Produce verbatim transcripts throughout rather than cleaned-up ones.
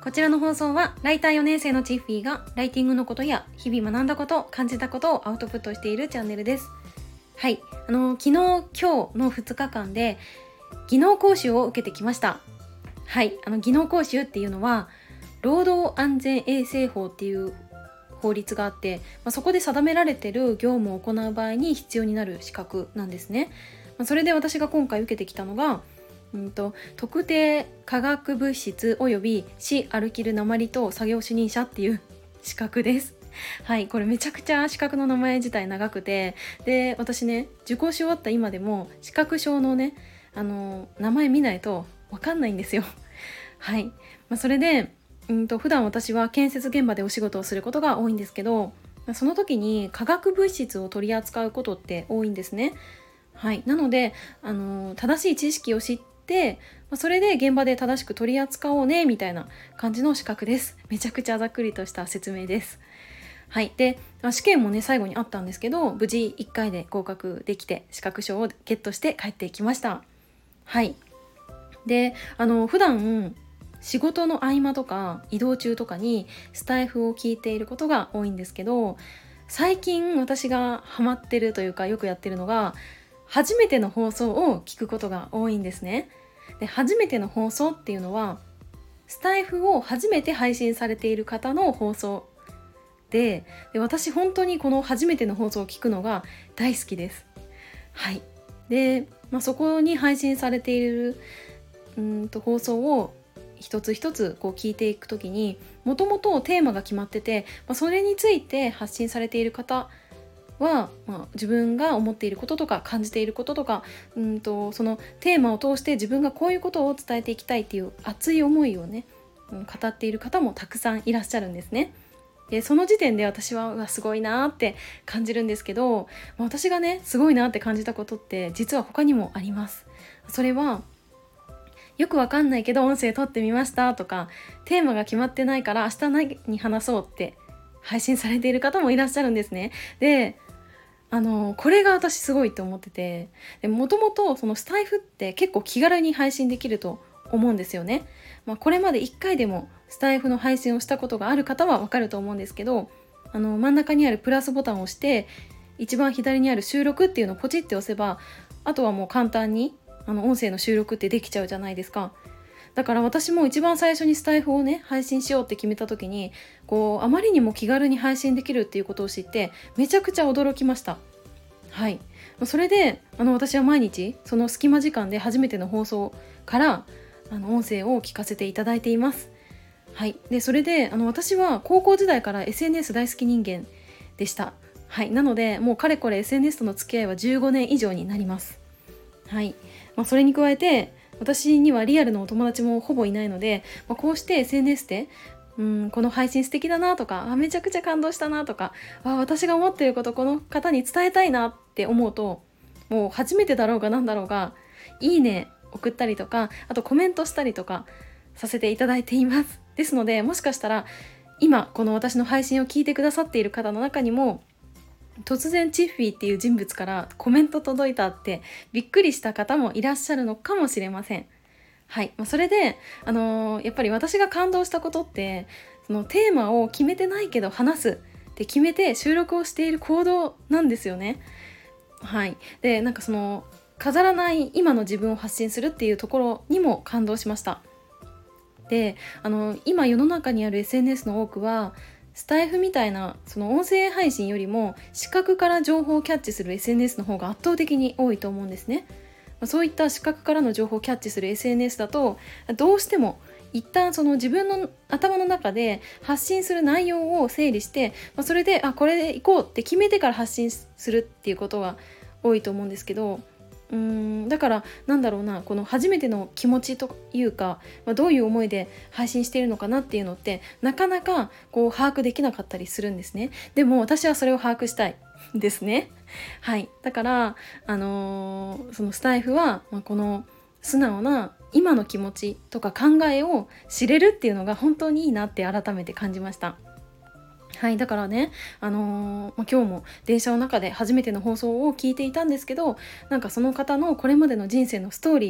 こちらの放送はライターよねん生のチッフィーがライティングのことや日々学んだこと、感じたことをアウトプットしているチャンネルです。はい、あの昨日今日のふつかかんで技能講習を受けてきました。はい、あの技能講習っていうのは労働安全衛生法っていう法律があって、まあ、そこで定められている業務を行う場合に必要になる資格なんですね。まあ、それで私が今回受けてきたのがうんと特定化学物質および市アルキル鉛等作業主任者っていう資格です。はい、これめちゃくちゃ資格の名前自体長くて、で私ね受講し終わった今でも資格証のねあの名前見ないと分かんないんですよ。はい、まあ、それでうんと普段私は建設現場でお仕事をすることが多いんですけど、その時に化学物質を取り扱うことって多いんですね。はい、なのであの正しい知識を知ってでそれで現場で正しく取り扱おうねみたいな感じの資格です。めちゃくちゃざっくりとした説明です。はい、で試験もね最後にあったんですけど、無事いっかいで合格できて資格証をゲットして帰ってきました。はい、であの普段仕事の合間とか移動中とかにスタイフを聞いていることが多いんですけど、最近私がハマってるというかよくやってるのが初めての放送を聞くことが多いんですね。で初めての放送っていうのはスタイフを初めて配信されている方の放送 で, で私本当にこの初めての放送を聞くのが大好きです。はいで、まあ、そこに配信されているうんと放送を一つ一つこう聞いていくときにもともとテーマが決まってて、まあ、それについて発信されている方は、まあ、自分が思っていることとか感じていることとかうんとそのテーマを通して自分がこういうことを伝えていきたいっていう熱い思いをね、うん、語っている方もたくさんいらっしゃるんですね。でその時点で私はうわすごいなって感じるんですけど、まあ、私がねすごいなって感じたことって実は他にもあります。それはよくわかんないけど音声撮ってみましたとか、テーマが決まってないから明日何に話そうって配信されている方もいらっしゃるんですね。であのこれが私すごいと思ってて、もともとそのスタイフって結構気軽に配信できると思うんですよね。まあ、これまでいっかいでもスタイフの配信をしたことがある方はわかると思うんですけど、あの真ん中にあるプラスボタンを押して一番左にある収録っていうのをポチって押せば、あとはもう簡単にあの音声の収録ってできちゃうじゃないですか。だから私も一番最初にスタイフをね配信しようって決めた時にこうあまりにも気軽に配信できるっていうことを知ってめちゃくちゃ驚きました。はい、それであの私は毎日その隙間時間で初めての放送からあの音声を聞かせていただいています。はい、でそれであの私は高校時代から エスエヌエス 大好き人間でした。はい、なのでもうかれこれ エスエヌエス との付き合いはじゅうごねん以上になります。はい、まあ、それに加えて私にはリアルのお友達もほぼいないので、まあ、こうして エスエヌエス でうんこの配信素敵だなとか、あめちゃくちゃ感動したなとか、あ私が思っていることこの方に伝えたいなって思うと、もう初めてだろうがなんだろうがいいね送ったりとか、あとコメントしたりとかさせていただいています。ですのでもしかしたら今この私の配信を聞いてくださっている方の中にも突然チッフィーっていう人物からコメント届いたってびっくりした方もいらっしゃるのかもしれません。はい、まあ、それで、あのー、やっぱり私が感動したことってそのテーマを決めてないけど話すって決めて収録をしている行動なんですよね。はい、でなんかその飾らない今の自分を発信するっていうところにも感動しました。であの今世の中にある エスエヌエス の多くはスタイフみたいなその音声配信よりも視覚から情報をキャッチする エスエヌエス の方が圧倒的に多いと思うんですね。そういった視覚からの情報をキャッチする エスエヌエス だとどうしても一旦その自分の頭の中で発信する内容を整理してそれであこれでいこうって決めてから発信するっていうことが多いと思うんですけど、うーんだからなんだろうな、この初めての気持ちというか、まあ、どういう思いで配信しているのかなっていうのってなかなかこう把握できなかったりするんですね。でも私はそれを把握したいですね。はい、だからあのー、そのスタイフは、まあ、この素直な今の気持ちとか考えを知れるっていうのが本当にいいなって改めて感じました。はい、だからね、あのーまあ、今日も電車の中で初めての放送を聞いていたんですけど、なんかその方のこれまでの人生のストーリー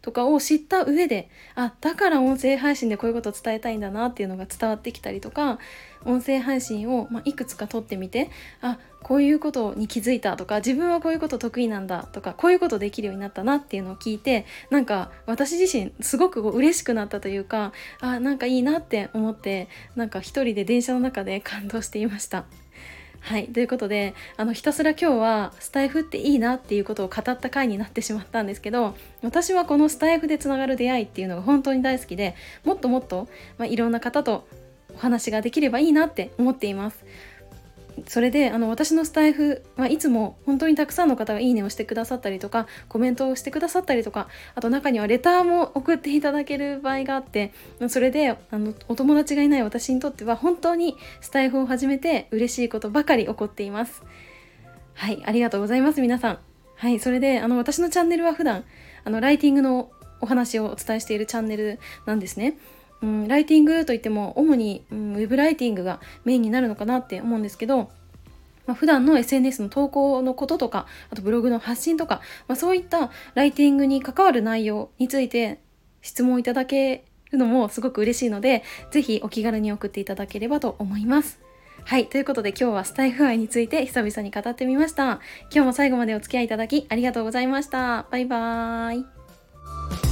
とかを知った上で、あ、だから音声配信でこういうことを伝えたいんだなっていうのが伝わってきたりとか、音声配信を、まあ、いくつか撮ってみて、あ、こういうことに気づいたとか、自分はこういうこと得意なんだとか、こういうことできるようになったなっていうのを聞いて、なんか私自身すごく嬉しくなったというか、あ、なんかいいなって思って、なんか一人で電車の中で感動していました。はい、ということで、あのひたすら今日はスタイフっていいなっていうことを語った回になってしまったんですけど、私はこのスタイフでつながる出会いっていうのが本当に大好きで、もっともっと、まあ、いろんな方とお話ができればいいなって思っています。それであの私のスタイフはいつも本当にたくさんの方がいいねをしてくださったりとか、コメントをしてくださったりとか、あと中にはレターも送っていただける場合があって、それであのお友達がいない私にとっては本当にスタイフを始めて嬉しいことばかり起こっています。はい、ありがとうございます皆さん。はい、それであの私のチャンネルは普段あのライティングのお話をお伝えしているチャンネルなんですね。うん、ライティングといっても主に、うん、ウェブライティングがメインになるのかなって思うんですけど、まあ、普段の エスエヌエス の投稿のこととか、あとブログの発信とか、まあ、そういったライティングに関わる内容について質問いただけるのもすごく嬉しいので、ぜひお気軽に送っていただければと思います。はい、ということで今日はスタイフ愛について久々に語ってみました。今日も最後までお付き合いいただきありがとうございました。バイバーイ。